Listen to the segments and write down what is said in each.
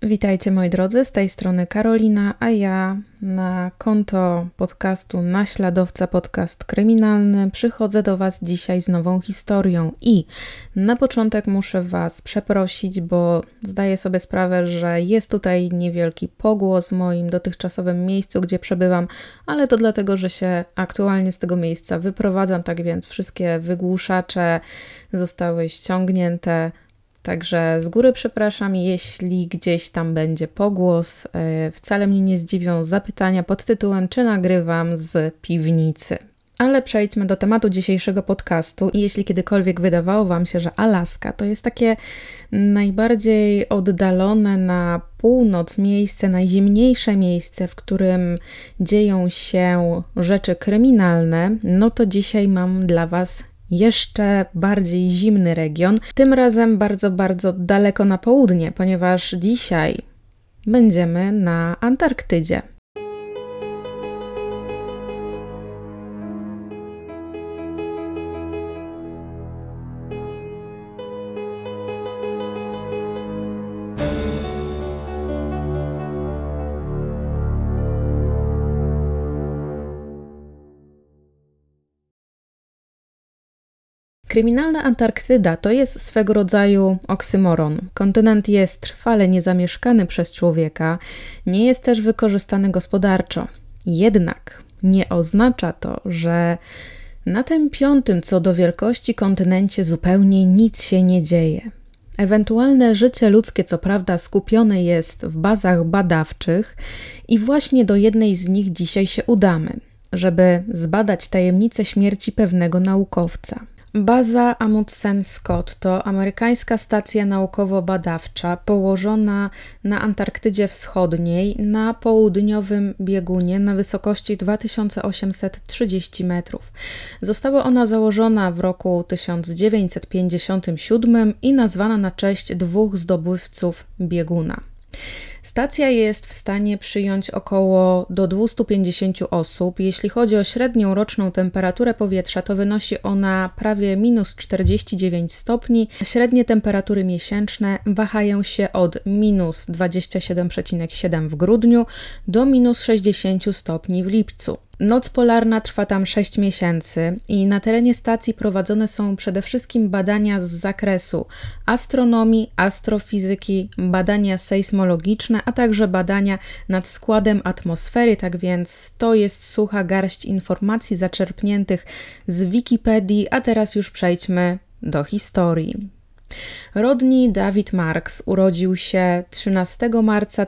Witajcie moi drodzy, z tej strony Karolina, a ja na konto podcastu Naśladowca Podcast Kryminalny przychodzę do Was dzisiaj z nową historią i na początek muszę Was przeprosić, bo zdaję sobie sprawę, że jest tutaj niewielki pogłos w moim dotychczasowym miejscu, gdzie przebywam, ale to dlatego, że się aktualnie z tego miejsca wyprowadzam, tak więc wszystkie wygłuszacze zostały ściągnięte. Także z góry przepraszam, jeśli gdzieś tam będzie pogłos. Wcale mnie nie zdziwią zapytania pod tytułem, czy nagrywam z piwnicy. Ale przejdźmy do tematu dzisiejszego podcastu. I jeśli kiedykolwiek wydawało Wam się, że Alaska to jest takie najbardziej oddalone na północ miejsce, najzimniejsze miejsce, w którym dzieją się rzeczy kryminalne, no to dzisiaj mam dla Was jeszcze bardziej zimny region, tym razem bardzo, bardzo daleko na południe, ponieważ dzisiaj będziemy na Antarktydzie. Kryminalna Antarktyda to jest swego rodzaju oksymoron. Kontynent jest trwale niezamieszkany przez człowieka, nie jest też wykorzystany gospodarczo. Jednak nie oznacza to, że na tym piątym co do wielkości kontynencie zupełnie nic się nie dzieje. Ewentualne życie ludzkie co prawda skupione jest w bazach badawczych i właśnie do jednej z nich dzisiaj się udamy, żeby zbadać tajemnicę śmierci pewnego naukowca. Baza Amundsen-Scott to amerykańska stacja naukowo-badawcza położona na Antarktydzie Wschodniej na południowym biegunie na wysokości 2830 metrów. Została ona założona w roku 1957 i nazwana na cześć dwóch zdobywców bieguna. Stacja jest w stanie przyjąć około do 250 osób. Jeśli chodzi o średnią roczną temperaturę powietrza, to wynosi ona prawie minus 49 stopni. Średnie temperatury miesięczne wahają się od minus 27,7 w grudniu do minus 60 stopni w lipcu. Noc polarna trwa tam 6 miesięcy i na terenie stacji prowadzone są przede wszystkim badania z zakresu astronomii, astrofizyki, badania sejsmologiczne, a także badania nad składem atmosfery, tak więc to jest sucha garść informacji zaczerpniętych z Wikipedii, a teraz już przejdźmy do historii. Rodney David Marks urodził się 13 marca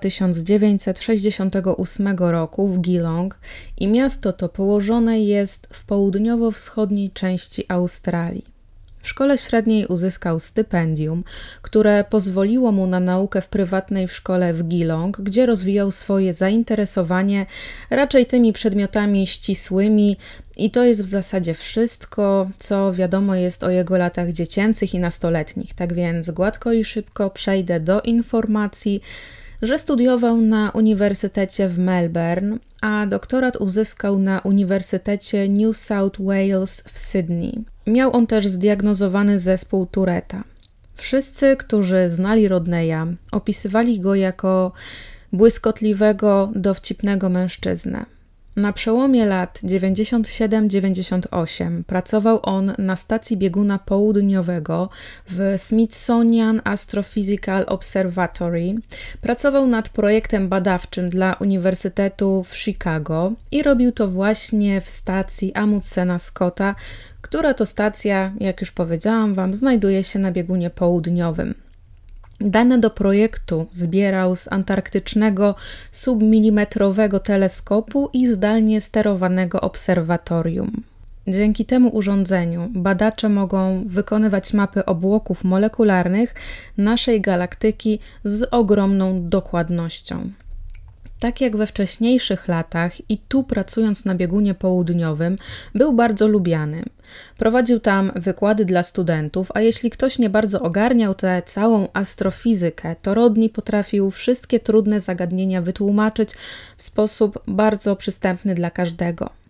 1968 roku w Geelong i miasto to położone jest w południowo-wschodniej części Australii. W szkole średniej uzyskał stypendium, które pozwoliło mu na naukę w prywatnej szkole w Geelong, gdzie rozwijał swoje zainteresowanie raczej tymi przedmiotami ścisłymi i to jest w zasadzie wszystko, co wiadomo jest o jego latach dziecięcych i nastoletnich. Tak więc gładko i szybko przejdę do informacji, że studiował na Uniwersytecie w Melbourne, a doktorat uzyskał na Uniwersytecie New South Wales w Sydney. Miał on też zdiagnozowany zespół Touretta. Wszyscy, którzy znali Rodneya, opisywali go jako błyskotliwego, dowcipnego mężczyznę. Na przełomie lat 97-98 pracował on na stacji bieguna południowego w Smithsonian Astrophysical Observatory. Pracował nad projektem badawczym dla Uniwersytetu w Chicago i robił to właśnie w stacji Amundsena Scotta, która to stacja, jak już powiedziałam Wam, znajduje się na biegunie południowym. Dane do projektu zbierał z antarktycznego submilimetrowego teleskopu i zdalnie sterowanego obserwatorium. Dzięki temu urządzeniu badacze mogą wykonywać mapy obłoków molekularnych naszej galaktyki z ogromną dokładnością. Tak jak we wcześniejszych latach i tu pracując na biegunie południowym, był bardzo lubiany. Prowadził tam wykłady dla studentów, a jeśli ktoś nie bardzo ogarniał tę całą astrofizykę, to Rodney potrafił wszystkie trudne zagadnienia wytłumaczyć w sposób bardzo przystępny dla każdego.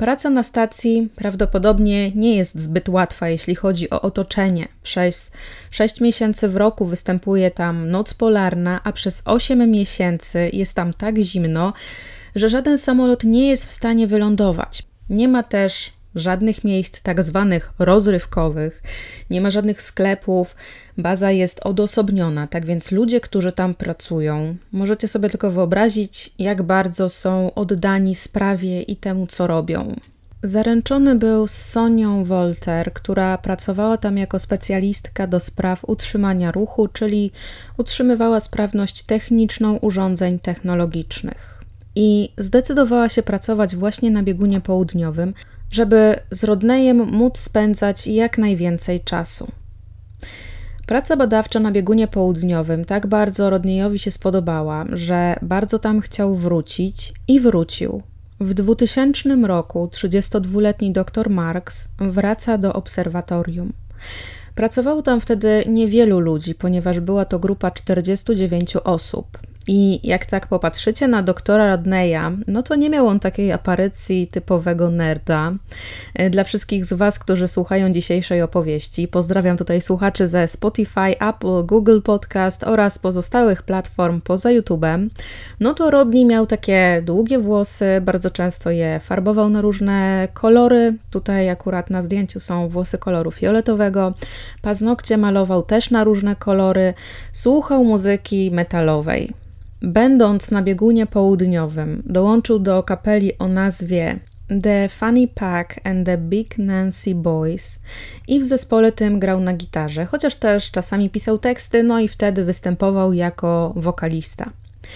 Praca na stacji prawdopodobnie nie jest zbyt łatwa, jeśli chodzi o otoczenie. Przez 6 miesięcy w roku występuje tam noc polarna, a przez 8 miesięcy jest tam tak zimno, że żaden samolot nie jest w stanie wylądować. Nie ma też żadnych miejsc tak zwanych rozrywkowych, nie ma żadnych sklepów, baza jest odosobniona, tak więc ludzie, którzy tam pracują, możecie sobie tylko wyobrazić, jak bardzo są oddani sprawie i temu, co robią. Zaręczony był z Sonią Wolter, która pracowała tam jako specjalistka do spraw utrzymania ruchu, czyli utrzymywała sprawność techniczną urządzeń technologicznych. I zdecydowała się pracować właśnie na biegunie południowym, żeby z Rodneyem móc spędzać jak najwięcej czasu. Praca badawcza na biegunie południowym tak bardzo Rodneyowi się spodobała, że bardzo tam chciał wrócić i wrócił. W 2000 roku 32-letni dr Marks wraca do obserwatorium. Pracowało tam wtedy niewielu ludzi, ponieważ była to grupa 49 osób. I jak tak popatrzycie na doktora Rodneya, no to nie miał on takiej aparycji typowego nerda. Dla wszystkich z Was, którzy słuchają dzisiejszej opowieści, pozdrawiam tutaj słuchaczy ze Spotify, Apple, Google Podcast oraz pozostałych platform poza YouTube'em, no to Rodney miał takie długie włosy, bardzo często je farbował na różne kolory. Tutaj akurat na zdjęciu są włosy koloru fioletowego. Paznokcie malował też na różne kolory. Słuchał muzyki metalowej. Będąc na biegunie południowym, dołączył do kapeli o nazwie The Fanny Pack and the Big Nancy Boys i w zespole tym grał na gitarze, chociaż też czasami pisał teksty, no i wtedy występował jako wokalista.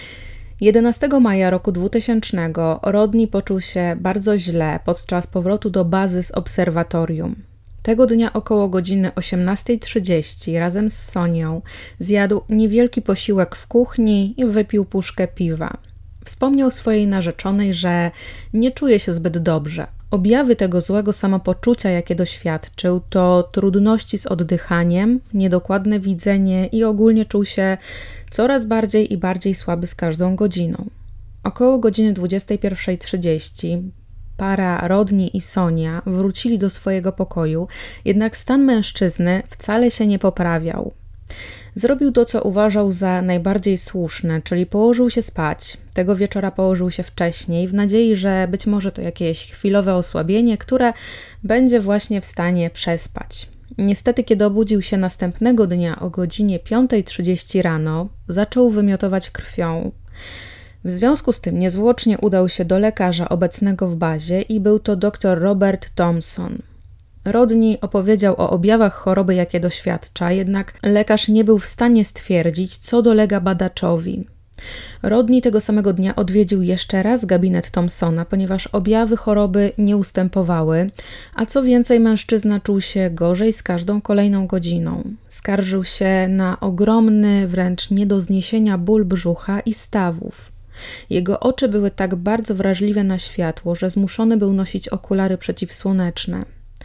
11 maja roku 2000 Rodney poczuł się bardzo źle podczas powrotu do bazy z obserwatorium. Tego dnia około godziny 18:30 razem z Sonią zjadł niewielki posiłek w kuchni i wypił puszkę piwa. Wspomniał swojej narzeczonej, że nie czuje się zbyt dobrze. Objawy tego złego samopoczucia, jakie doświadczył, to trudności z oddychaniem, niedokładne widzenie i ogólnie czuł się coraz bardziej i bardziej słaby z każdą godziną. Około godziny 21:30 para Rodney i Sonia wrócili do swojego pokoju, jednak stan mężczyzny wcale się nie poprawiał. Zrobił to, co uważał za najbardziej słuszne, czyli położył się spać. Tego wieczora położył się wcześniej, w nadziei, że być może to jakieś chwilowe osłabienie, które będzie właśnie w stanie przespać. Niestety, kiedy obudził się następnego dnia o godzinie 5:30 rano, zaczął wymiotować krwią. W związku z tym niezwłocznie udał się do lekarza obecnego w bazie i był to dr Robert Thompson. Rodney opowiedział o objawach choroby, jakie doświadcza, jednak lekarz nie był w stanie stwierdzić, co dolega badaczowi. Rodney tego samego dnia odwiedził jeszcze raz gabinet Thompsona, ponieważ objawy choroby nie ustępowały, a co więcej mężczyzna czuł się gorzej z każdą kolejną godziną. Skarżył się na ogromny, wręcz nie do zniesienia ból brzucha i stawów. Jego oczy były tak bardzo wrażliwe na światło, że zmuszony był nosić okulary przeciwsłoneczne.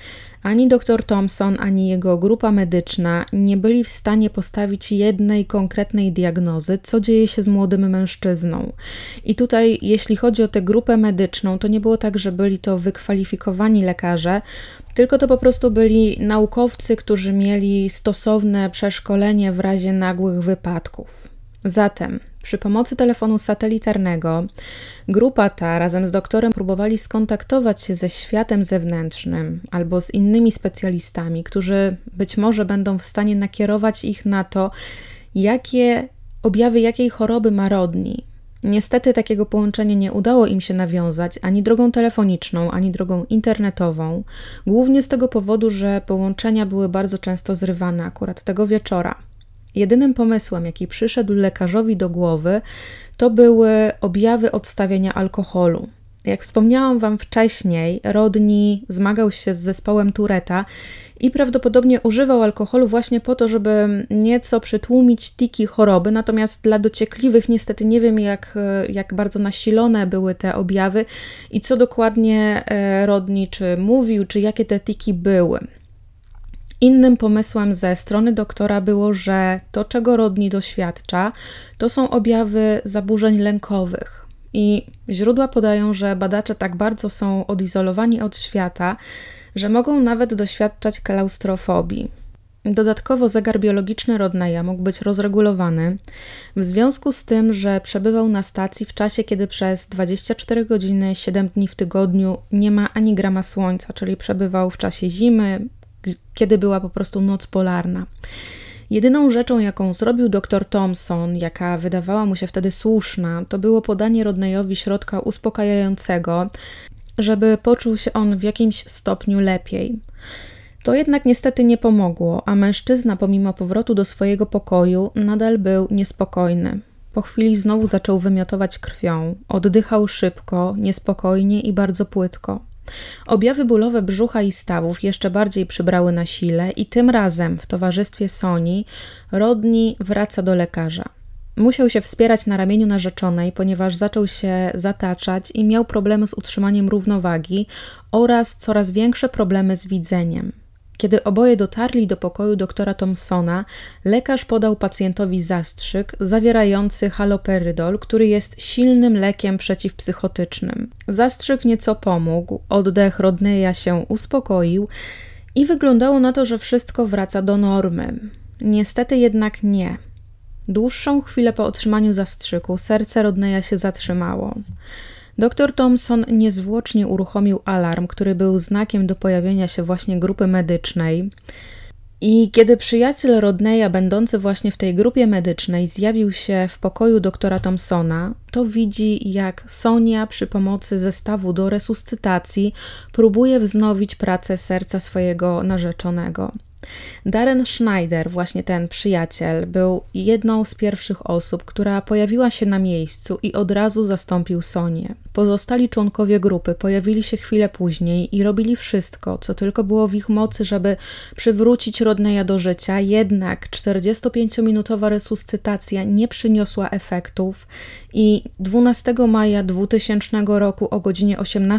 Ani dr Thompson, ani jego grupa medyczna nie byli w stanie postawić jednej konkretnej diagnozy, co dzieje się z młodym mężczyzną. I tutaj, jeśli chodzi o tę grupę medyczną, to nie było tak, że byli to wykwalifikowani lekarze, tylko to po prostu byli naukowcy, którzy mieli stosowne przeszkolenie w razie nagłych wypadków. Zatem przy pomocy telefonu satelitarnego grupa ta razem z doktorem próbowali skontaktować się ze światem zewnętrznym albo z innymi specjalistami, którzy być może będą w stanie nakierować ich na to, jakie objawy jakiej choroby ma Rodney. Niestety takiego połączenia nie udało im się nawiązać ani drogą telefoniczną, ani drogą internetową, głównie z tego powodu, że połączenia były bardzo często zrywane akurat tego wieczora. Jedynym pomysłem, jaki przyszedł lekarzowi do głowy, to były objawy odstawienia alkoholu. Jak wspomniałam Wam wcześniej, Rodney zmagał się z zespołem Touretta i prawdopodobnie używał alkoholu właśnie po to, żeby nieco przytłumić tiki choroby, natomiast dla dociekliwych niestety nie wiem, jak bardzo nasilone były te objawy i co dokładnie Rodney czy mówił, czy jakie te tiki były. Innym pomysłem ze strony doktora było, że to, czego Rodney doświadcza, to są objawy zaburzeń lękowych. I źródła podają, że badacze tak bardzo są odizolowani od świata, że mogą nawet doświadczać klaustrofobii. Dodatkowo zegar biologiczny Rodneya mógł być rozregulowany w związku z tym, że przebywał na stacji w czasie, kiedy przez 24 godziny, 7 dni w tygodniu nie ma ani grama słońca, czyli przebywał w czasie zimy, kiedy była po prostu noc polarna. Jedyną rzeczą, jaką zrobił dr Thomson, jaka wydawała mu się wtedy słuszna, to było podanie Rodneyowi środka uspokajającego, żeby poczuł się on w jakimś stopniu lepiej. To jednak niestety nie pomogło, a mężczyzna pomimo powrotu do swojego pokoju nadal był niespokojny. Po chwili znowu zaczął wymiotować krwią, oddychał szybko, niespokojnie i bardzo płytko. Objawy bólowe brzucha i stawów jeszcze bardziej przybrały na sile i tym razem w towarzystwie Soni Rodney wraca do lekarza. Musiał się wspierać na ramieniu narzeczonej, ponieważ zaczął się zataczać i miał problemy z utrzymaniem równowagi oraz coraz większe problemy z widzeniem. Kiedy oboje dotarli do pokoju doktora Thomsona, lekarz podał pacjentowi zastrzyk zawierający haloperydol, który jest silnym lekiem przeciwpsychotycznym. Zastrzyk nieco pomógł, oddech Rodneya się uspokoił i wyglądało na to, że wszystko wraca do normy. Niestety jednak nie. Dłuższą chwilę po otrzymaniu zastrzyku serce Rodneya się zatrzymało. Dr Thomson niezwłocznie uruchomił alarm, który był znakiem do pojawienia się właśnie grupy medycznej. I kiedy przyjaciel Rodneya, będący właśnie w tej grupie medycznej, zjawił się w pokoju doktora Thomsona, to widzi, jak Sonia przy pomocy zestawu do resuscytacji próbuje wznowić pracę serca swojego narzeczonego. Darren Schneider, właśnie ten przyjaciel, był jedną z pierwszych osób, która pojawiła się na miejscu i od razu zastąpił Sonię. Pozostali członkowie grupy pojawili się chwilę później i robili wszystko, co tylko było w ich mocy, żeby przywrócić Rodneya do życia, jednak 45-minutowa resuscytacja nie przyniosła efektów i 12 maja 2000 roku o godzinie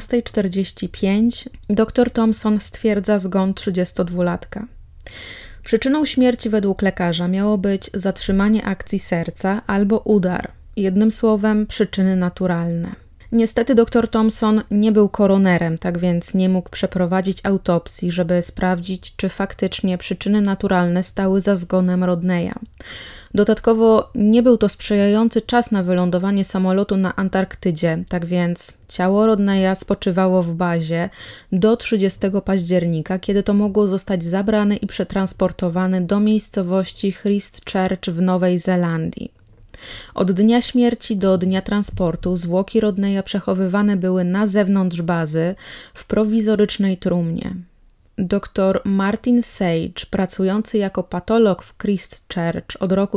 18:45 dr Thomson stwierdza zgon 32-latka. Przyczyną śmierci według lekarza miało być zatrzymanie akcji serca albo udar. Jednym słowem, przyczyny naturalne. Niestety dr Thomson nie był koronerem, tak więc nie mógł przeprowadzić autopsji, żeby sprawdzić, czy faktycznie przyczyny naturalne stały za zgonem Rodneya. Dodatkowo nie był to sprzyjający czas na wylądowanie samolotu na Antarktydzie, tak więc ciało Rodneya spoczywało w bazie do 30 października, kiedy to mogło zostać zabrane i przetransportowane do miejscowości Christchurch w Nowej Zelandii. Od dnia śmierci do dnia transportu zwłoki Rodneya przechowywane były na zewnątrz bazy w prowizorycznej trumnie. Dr Martin Sage, pracujący jako patolog w Christchurch od roku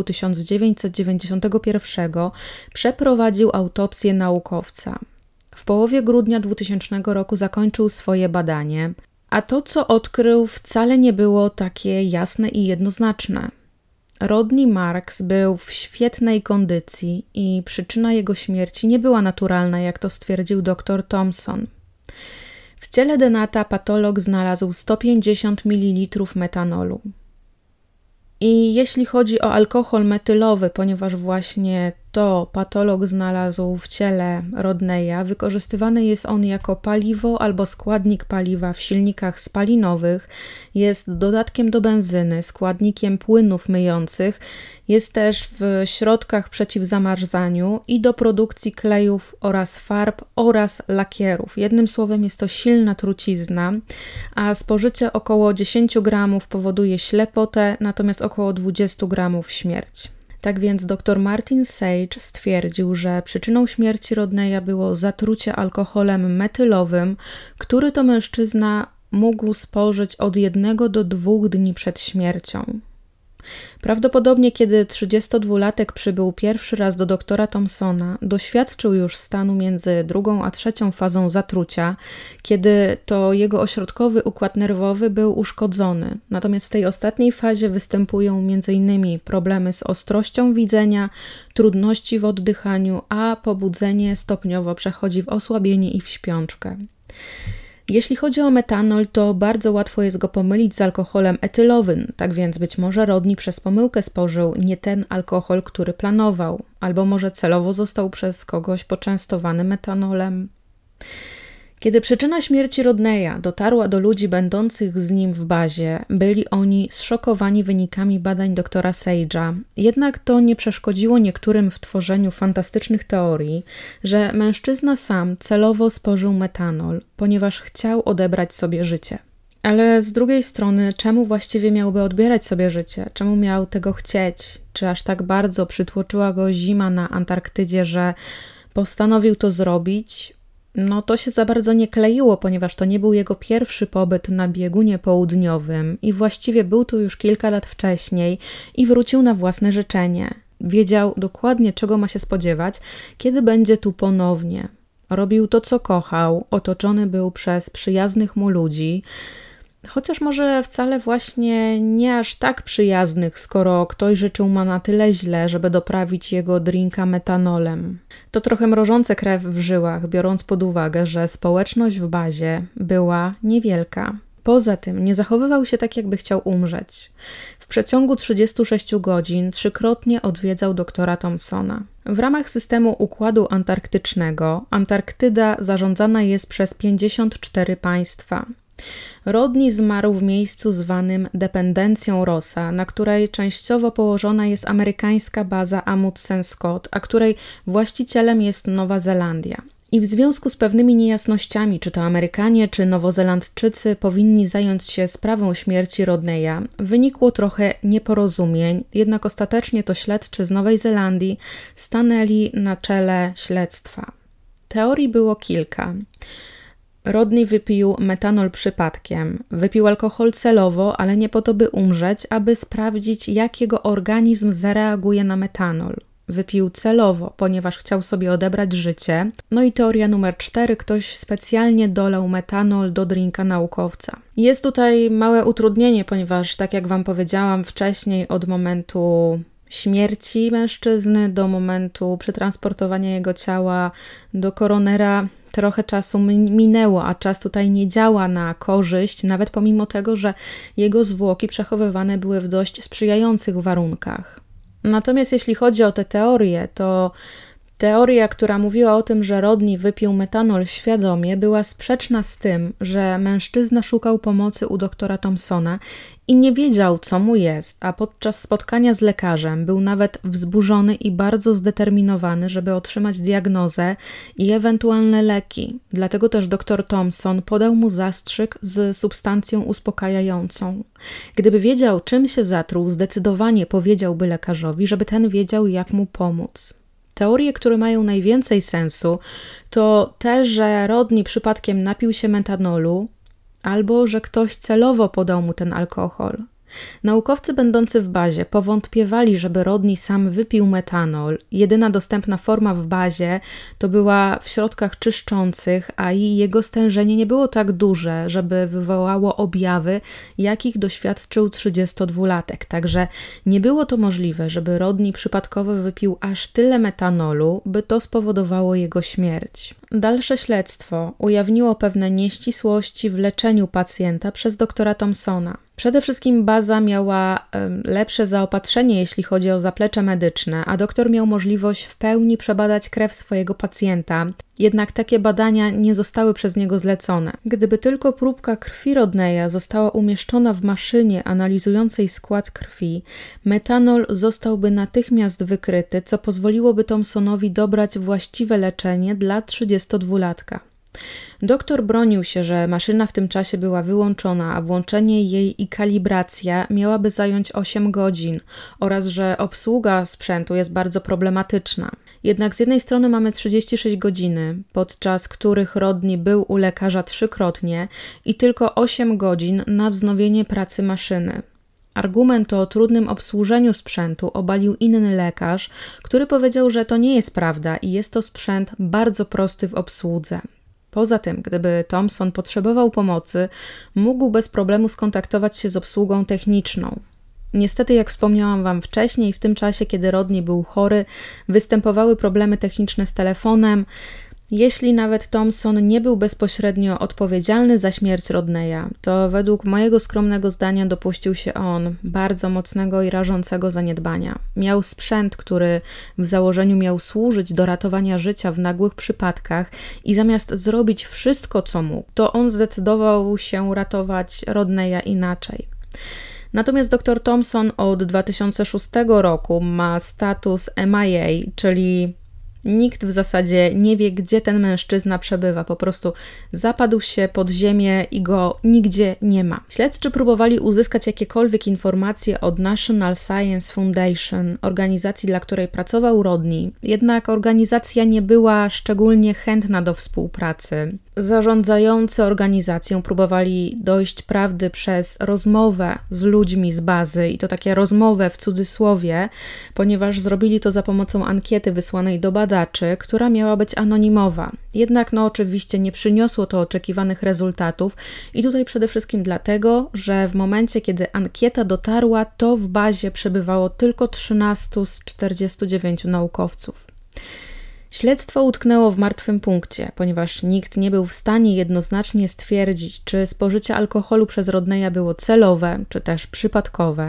1991, przeprowadził autopsję naukowca. W połowie grudnia 2000 roku zakończył swoje badanie, a to, co odkrył, wcale nie było takie jasne i jednoznaczne. Rodney Marks był w świetnej kondycji i przyczyna jego śmierci nie była naturalna, jak to stwierdził dr Thomson. W ciele Denata patolog znalazł 150 ml metanolu. I jeśli chodzi o alkohol metylowy, ponieważ właśnie to patolog znalazł w ciele Rodneya, wykorzystywany jest on jako paliwo albo składnik paliwa w silnikach spalinowych, jest dodatkiem do benzyny, składnikiem płynów myjących, jest też w środkach przeciw zamarzaniu i do produkcji klejów oraz farb oraz lakierów. Jednym słowem jest to silna trucizna, a spożycie około 10 gramów powoduje ślepotę, natomiast około 20 gramów śmierć. Tak więc dr Martin Sage stwierdził, że przyczyną śmierci Rodneya było zatrucie alkoholem metylowym, który to mężczyzna mógł spożyć od 1 do 2 dni przed śmiercią. Prawdopodobnie kiedy 32-latek przybył pierwszy raz do doktora Thomsona, doświadczył już stanu między 2. a 3. fazą zatrucia, kiedy to jego ośrodkowy układ nerwowy był uszkodzony. Natomiast w tej ostatniej fazie występują m.in. problemy z ostrością widzenia, trudności w oddychaniu, a pobudzenie stopniowo przechodzi w osłabienie i w śpiączkę. Jeśli chodzi o metanol, to bardzo łatwo jest go pomylić z alkoholem etylowym, tak więc być może Rodney przez pomyłkę spożył nie ten alkohol, który planował, albo może celowo został przez kogoś poczęstowany metanolem. Kiedy przyczyna śmierci Rodneya dotarła do ludzi będących z nim w bazie, byli oni zszokowani wynikami badań doktora Sage'a. Jednak to nie przeszkodziło niektórym w tworzeniu fantastycznych teorii, że mężczyzna sam celowo spożył metanol, ponieważ chciał odebrać sobie życie. Ale z drugiej strony, czemu właściwie miałby odbierać sobie życie? Czemu miał tego chcieć? Czy aż tak bardzo przytłoczyła go zima na Antarktydzie, że postanowił to zrobić? No to się za bardzo nie kleiło, ponieważ to nie był jego pierwszy pobyt na biegunie południowym i właściwie był tu już kilka lat wcześniej i wrócił na własne życzenie. Wiedział dokładnie, czego ma się spodziewać, kiedy będzie tu ponownie. Robił to, co kochał, otoczony był przez przyjaznych mu ludzi, chociaż może wcale właśnie nie aż tak przyjaznych, skoro ktoś życzył mu na tyle źle, żeby doprawić jego drinka metanolem. To trochę mrożące krew w żyłach, biorąc pod uwagę, że społeczność w bazie była niewielka. Poza tym nie zachowywał się tak, jakby chciał umrzeć. W przeciągu 36 godzin 3-krotnie odwiedzał doktora Thompsona. W ramach systemu Układu Antarktycznego Antarktyda zarządzana jest przez 54 państwa. Rodney zmarł w miejscu zwanym dependencją Rossa, na której częściowo położona jest amerykańska baza Amundsen-Scott, a której właścicielem jest Nowa Zelandia. I w związku z pewnymi niejasnościami, czy to Amerykanie, czy Nowozelandczycy powinni zająć się sprawą śmierci Rodneya, wynikło trochę nieporozumień, jednak ostatecznie to śledczy z Nowej Zelandii stanęli na czele śledztwa. Teorii było kilka. Rodney wypił metanol przypadkiem. Wypił alkohol celowo, ale nie po to, by umrzeć, aby sprawdzić, jak jego organizm zareaguje na metanol. Wypił celowo, ponieważ chciał sobie odebrać życie. No i teoria numer 4, ktoś specjalnie dolał metanol do drinka naukowca. Jest tutaj małe utrudnienie, ponieważ tak jak Wam powiedziałam wcześniej, od momentu śmierci mężczyzny do momentu przetransportowania jego ciała do koronera trochę czasu minęło, a czas tutaj nie działa na korzyść, nawet pomimo tego, że jego zwłoki przechowywane były w dość sprzyjających warunkach. Natomiast jeśli chodzi o tę teorię, to teoria, która mówiła o tym, że Rodney wypił metanol świadomie, była sprzeczna z tym, że mężczyzna szukał pomocy u doktora Thompsona i nie wiedział, co mu jest, a podczas spotkania z lekarzem był nawet wzburzony i bardzo zdeterminowany, żeby otrzymać diagnozę i ewentualne leki. Dlatego też dr Thompson podał mu zastrzyk z substancją uspokajającą. Gdyby wiedział, czym się zatruł, zdecydowanie powiedziałby lekarzowi, żeby ten wiedział, jak mu pomóc. Teorie, które mają najwięcej sensu, to te, że Rodney przypadkiem napił się metanolu, albo że ktoś celowo podał mu ten alkohol. Naukowcy będący w bazie powątpiewali, żeby Rodney sam wypił metanol. Jedyna dostępna forma w bazie to była w środkach czyszczących, a i jego stężenie nie było tak duże, żeby wywołało objawy, jakich doświadczył 32-latek. Także nie było to możliwe, żeby Rodney przypadkowo wypił aż tyle metanolu, by to spowodowało jego śmierć. Dalsze śledztwo ujawniło pewne nieścisłości w leczeniu pacjenta przez doktora Thompsona. Przede wszystkim baza miała lepsze zaopatrzenie, jeśli chodzi o zaplecze medyczne, a doktor miał możliwość w pełni przebadać krew swojego pacjenta. Jednak takie badania nie zostały przez niego zlecone. Gdyby tylko próbka krwi Rodneya została umieszczona w maszynie analizującej skład krwi, metanol zostałby natychmiast wykryty, co pozwoliłoby Thompsonowi dobrać właściwe leczenie dla 32-latka. Doktor bronił się, że maszyna w tym czasie była wyłączona, a włączenie jej i kalibracja miałaby zająć 8 godzin oraz że obsługa sprzętu jest bardzo problematyczna. Jednak z jednej strony mamy 36 godziny, podczas których Rodney był u lekarza 3-krotnie i tylko 8 godzin na wznowienie pracy maszyny. Argument o trudnym obsłużeniu sprzętu obalił inny lekarz, który powiedział, że to nie jest prawda i jest to sprzęt bardzo prosty w obsłudze. Poza tym, gdyby Thompson potrzebował pomocy, mógł bez problemu skontaktować się z obsługą techniczną. Niestety, jak wspomniałam Wam wcześniej, w tym czasie, kiedy Rodney był chory, występowały problemy techniczne z telefonem. Jeśli nawet Thompson nie był bezpośrednio odpowiedzialny za śmierć Rodneya, to według mojego skromnego zdania dopuścił się on bardzo mocnego i rażącego zaniedbania. Miał sprzęt, który w założeniu miał służyć do ratowania życia w nagłych przypadkach i zamiast zrobić wszystko, co mógł, to on zdecydował się ratować Rodneya inaczej. Natomiast dr Thompson od 2006 roku ma status MIA, czyli nikt w zasadzie nie wie, gdzie ten mężczyzna przebywa. Po prostu zapadł się pod ziemię i go nigdzie nie ma. Śledczy próbowali uzyskać jakiekolwiek informacje od National Science Foundation, organizacji, dla której pracował Rodney. Jednak organizacja nie była szczególnie chętna do współpracy. Zarządzający organizacją próbowali dojść prawdy przez rozmowę z ludźmi z bazy i to takie rozmowę w cudzysłowie, ponieważ zrobili to za pomocą ankiety wysłanej do badaczy, która miała być anonimowa. Jednak oczywiście nie przyniosło to oczekiwanych rezultatów i tutaj przede wszystkim dlatego, że w momencie, kiedy ankieta dotarła, to w bazie przebywało tylko 13 z 49 naukowców. Śledztwo utknęło w martwym punkcie, ponieważ nikt nie był w stanie jednoznacznie stwierdzić, czy spożycie alkoholu przez Rodneya było celowe, czy też przypadkowe.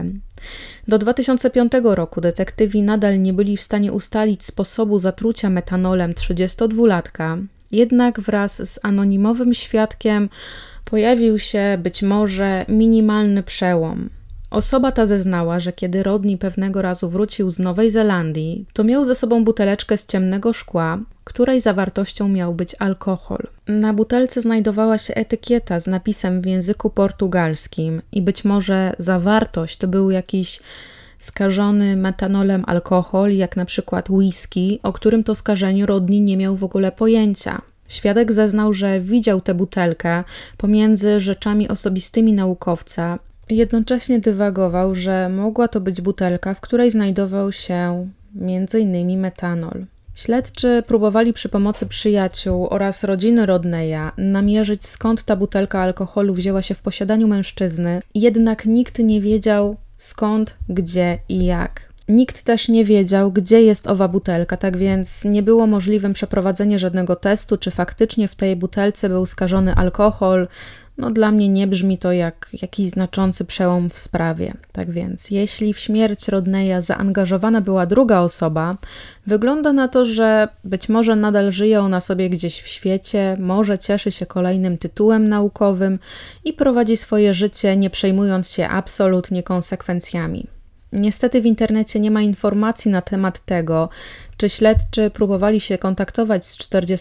Do 2005 roku detektywi nadal nie byli w stanie ustalić sposobu zatrucia metanolem 32-latka, jednak wraz z anonimowym świadkiem pojawił się być może minimalny przełom. Osoba ta zeznała, że kiedy Rodney pewnego razu wrócił z Nowej Zelandii, to miał ze sobą buteleczkę z ciemnego szkła, której zawartością miał być alkohol. Na butelce znajdowała się etykieta z napisem w języku portugalskim i być może zawartość to był jakiś skażony metanolem alkohol, jak na przykład whisky, o którym to skażeniu Rodney nie miał w ogóle pojęcia. Świadek zeznał, że widział tę butelkę pomiędzy rzeczami osobistymi naukowca. Jednocześnie dywagował, że mogła to być butelka, w której znajdował się m.in. metanol. Śledczy próbowali przy pomocy przyjaciół oraz rodziny Rodneya namierzyć, skąd ta butelka alkoholu wzięła się w posiadaniu mężczyzny, jednak nikt nie wiedział skąd, gdzie i jak. Nikt też nie wiedział, gdzie jest owa butelka, tak więc nie było możliwym przeprowadzenie żadnego testu, czy faktycznie w tej butelce był skażony alkohol. Dla mnie nie brzmi to jak jakiś znaczący przełom w sprawie. Tak więc, jeśli w śmierć Rodneya zaangażowana była druga osoba, wygląda na to, że być może nadal żyje ona sobie gdzieś w świecie, może cieszy się kolejnym tytułem naukowym i prowadzi swoje życie, nie przejmując się absolutnie konsekwencjami. Niestety w internecie nie ma informacji na temat tego, czy śledczy próbowali się kontaktować z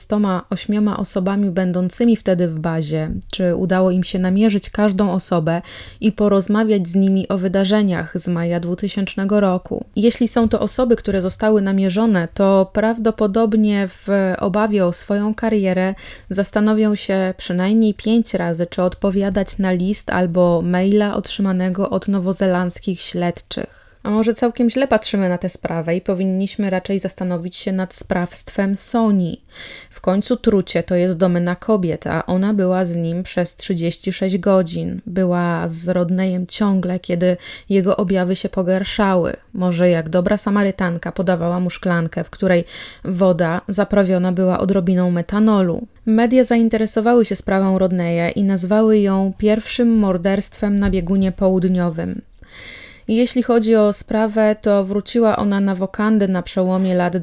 48 osobami będącymi wtedy w bazie, czy udało im się namierzyć każdą osobę i porozmawiać z nimi o wydarzeniach z maja 2000 roku. Jeśli są to osoby, które zostały namierzone, to prawdopodobnie w obawie o swoją karierę zastanowią się przynajmniej 5 razy, czy odpowiadać na list albo maila otrzymanego od nowozelandzkich śledczych. A może całkiem źle patrzymy na tę sprawę i powinniśmy raczej zastanowić się nad sprawstwem Soni. W końcu trucie to jest domena kobiet, a ona była z nim przez 36 godzin. Była z Rodneyem ciągle, kiedy jego objawy się pogarszały. Może jak dobra Samarytanka podawała mu szklankę, w której woda zaprawiona była odrobiną metanolu. Media zainteresowały się sprawą Rodneya i nazwały ją pierwszym morderstwem na biegunie południowym. Jeśli chodzi o sprawę, to wróciła ona na wokandy na przełomie lat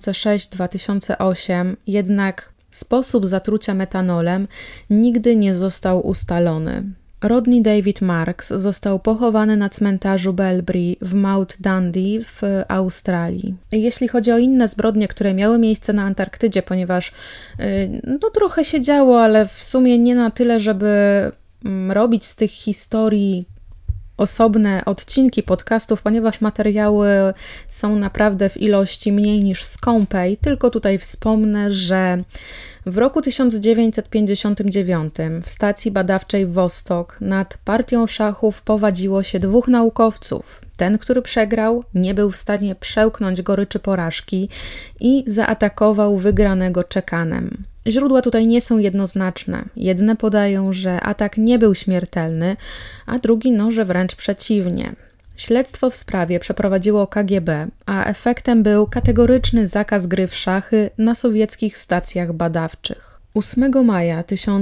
2006-2008, jednak sposób zatrucia metanolem nigdy nie został ustalony. Rodney David Marks został pochowany na cmentarzu Bellbury w Mount Dundee w Australii. Jeśli chodzi o inne zbrodnie, które miały miejsce na Antarktydzie, ponieważ trochę się działo, ale w sumie nie na tyle, żeby robić z tych historii osobne odcinki podcastów, ponieważ materiały są naprawdę w ilości mniej niż skąpej. Tylko tutaj wspomnę, że w roku 1959 w stacji badawczej Wostok nad partią szachów powadziło się 2 naukowców. Ten, który przegrał, nie był w stanie przełknąć goryczy porażki i zaatakował wygranego czekanem. Źródła tutaj nie są jednoznaczne. Jedne podają, że atak nie był śmiertelny, a drugi, że wręcz przeciwnie. Śledztwo w sprawie przeprowadziło KGB, a efektem był kategoryczny zakaz gry w szachy na sowieckich stacjach badawczych. 8 maja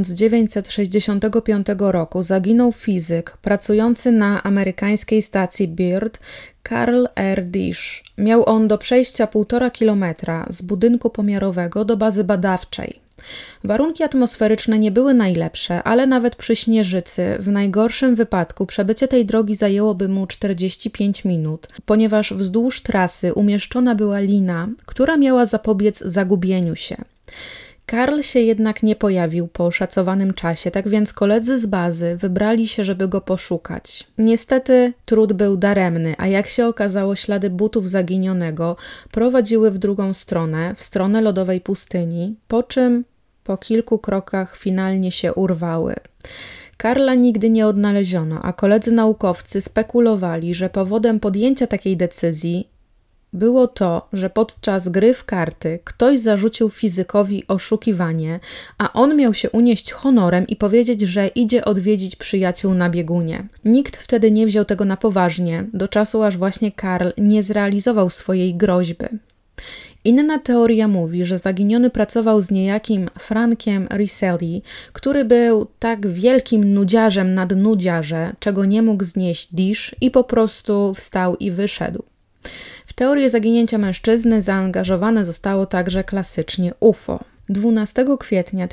1965 roku zaginął fizyk pracujący na amerykańskiej stacji Byrd Carl R. Dish. Miał on do przejścia 1,5 kilometra z budynku pomiarowego do bazy badawczej. Warunki atmosferyczne nie były najlepsze, ale nawet przy śnieżycy w najgorszym wypadku przebycie tej drogi zajęłoby mu 45 minut, ponieważ wzdłuż trasy umieszczona była lina, która miała zapobiec zagubieniu się. Karl się jednak nie pojawił po oszacowanym czasie, tak więc koledzy z bazy wybrali się, żeby go poszukać. Niestety trud był daremny, a jak się okazało, ślady butów zaginionego prowadziły w drugą stronę, w stronę lodowej pustyni, po czym po kilku krokach finalnie się urwały. Karla nigdy nie odnaleziono, a koledzy naukowcy spekulowali, że powodem podjęcia takiej decyzji było to, że podczas gry w karty ktoś zarzucił fizykowi oszukiwanie, a on miał się unieść honorem i powiedzieć, że idzie odwiedzić przyjaciół na biegunie. Nikt wtedy nie wziął tego na poważnie, do czasu aż właśnie Karl nie zrealizował swojej groźby. Inna teoria mówi, że zaginiony pracował z niejakim Frankiem Riselli, który był tak wielkim nudziarzem nad nudziarze, czego nie mógł znieść Dish i po prostu wstał i wyszedł. W teorię zaginięcia mężczyzny zaangażowane zostało także klasycznie UFO. 12 kwietnia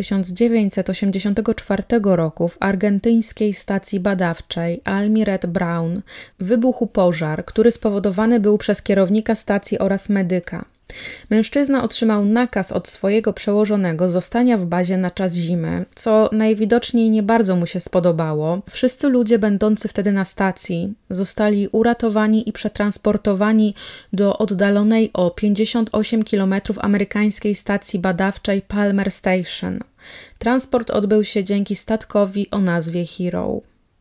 1984 roku w argentyńskiej stacji badawczej Almirante Brown wybuchł pożar, który spowodowany był przez kierownika stacji oraz medyka. Mężczyzna otrzymał nakaz od swojego przełożonego zostania w bazie na czas zimy, co najwidoczniej nie bardzo mu się spodobało. Wszyscy ludzie będący wtedy na stacji zostali uratowani i przetransportowani do oddalonej o 58 km amerykańskiej stacji badawczej Palmer Station. Transport odbył się dzięki statkowi o nazwie Hero.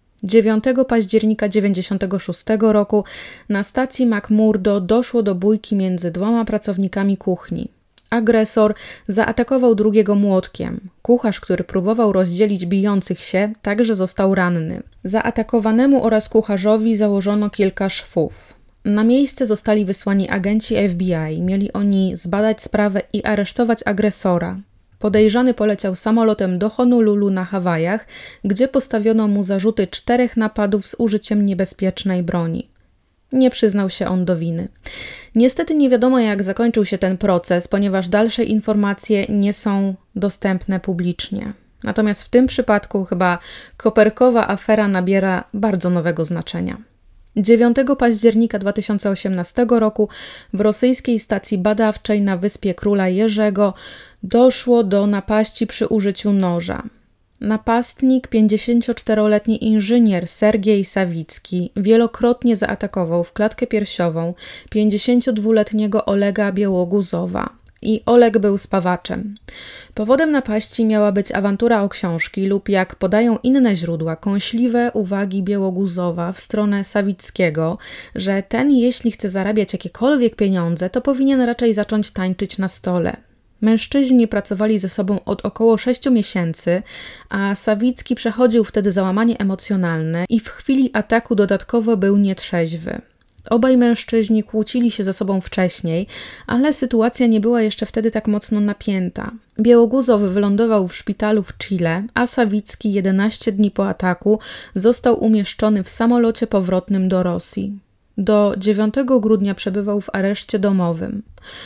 9 października 1996 roku na stacji McMurdo doszło do bójki między 2 pracownikami kuchni. Agresor zaatakował drugiego młotkiem. Kucharz, który próbował rozdzielić bijących się, także został ranny. Zaatakowanemu oraz kucharzowi założono kilka szwów. Na miejsce zostali wysłani agenci FBI. Mieli oni zbadać sprawę i aresztować agresora. Podejrzany poleciał samolotem do Honolulu na Hawajach, gdzie postawiono mu zarzuty 4 napadów z użyciem niebezpiecznej broni. Nie przyznał się on do winy. Niestety nie wiadomo, jak zakończył się ten proces, ponieważ dalsze informacje nie są dostępne publicznie. Natomiast w tym przypadku chyba koperkowa afera nabiera bardzo nowego znaczenia. 9 października 2018 roku w rosyjskiej stacji badawczej na wyspie Króla Jerzego doszło do napaści przy użyciu noża. Napastnik, 54-letni inżynier Sergiej Sawicki, wielokrotnie zaatakował w klatkę piersiową 52-letniego Olega Białoguzowa. I Oleg był spawaczem. Powodem napaści miała być awantura o książki lub, jak podają inne źródła, kąśliwe uwagi Białoguzowa w stronę Sawickiego, że ten, jeśli chce zarabiać jakiekolwiek pieniądze, to powinien raczej zacząć tańczyć na stole. Mężczyźni pracowali ze sobą od około 6 miesięcy, a Sawicki przechodził wtedy załamanie emocjonalne i w chwili ataku dodatkowo był nietrzeźwy. Obaj mężczyźni kłócili się ze sobą wcześniej, ale sytuacja nie była jeszcze wtedy tak mocno napięta. Białoguzow wylądował w szpitalu w Chile, a Sawicki 11 dni po ataku został umieszczony w samolocie powrotnym do Rosji. Do 9 grudnia przebywał w areszcie domowym.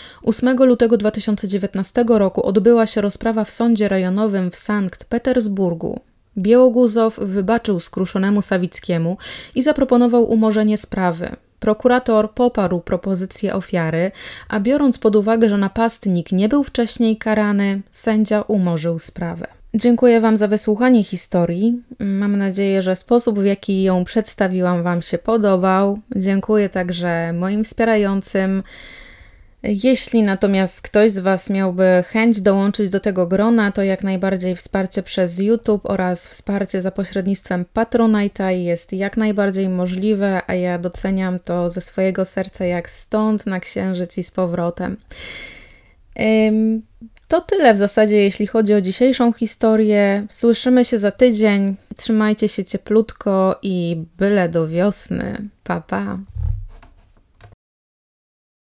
8 lutego 2019 roku odbyła się rozprawa w sądzie rejonowym w Sankt Petersburgu. Białoguzow wybaczył skruszonemu Sawickiemu i zaproponował umorzenie sprawy. Prokurator poparł propozycję ofiary, a biorąc pod uwagę, że napastnik nie był wcześniej karany, sędzia umorzył sprawę. Dziękuję Wam za wysłuchanie historii. Mam nadzieję, że sposób, w jaki ją przedstawiłam, Wam się podobał. Dziękuję także moim wspierającym. Jeśli natomiast ktoś z Was miałby chęć dołączyć do tego grona, to jak najbardziej wsparcie przez YouTube oraz wsparcie za pośrednictwem Patronite'a jest jak najbardziej możliwe, a ja doceniam to ze swojego serca jak stąd na księżyc i z powrotem. To tyle w zasadzie, jeśli chodzi o dzisiejszą historię. Słyszymy się za tydzień. Trzymajcie się cieplutko i byle do wiosny. Pa, pa.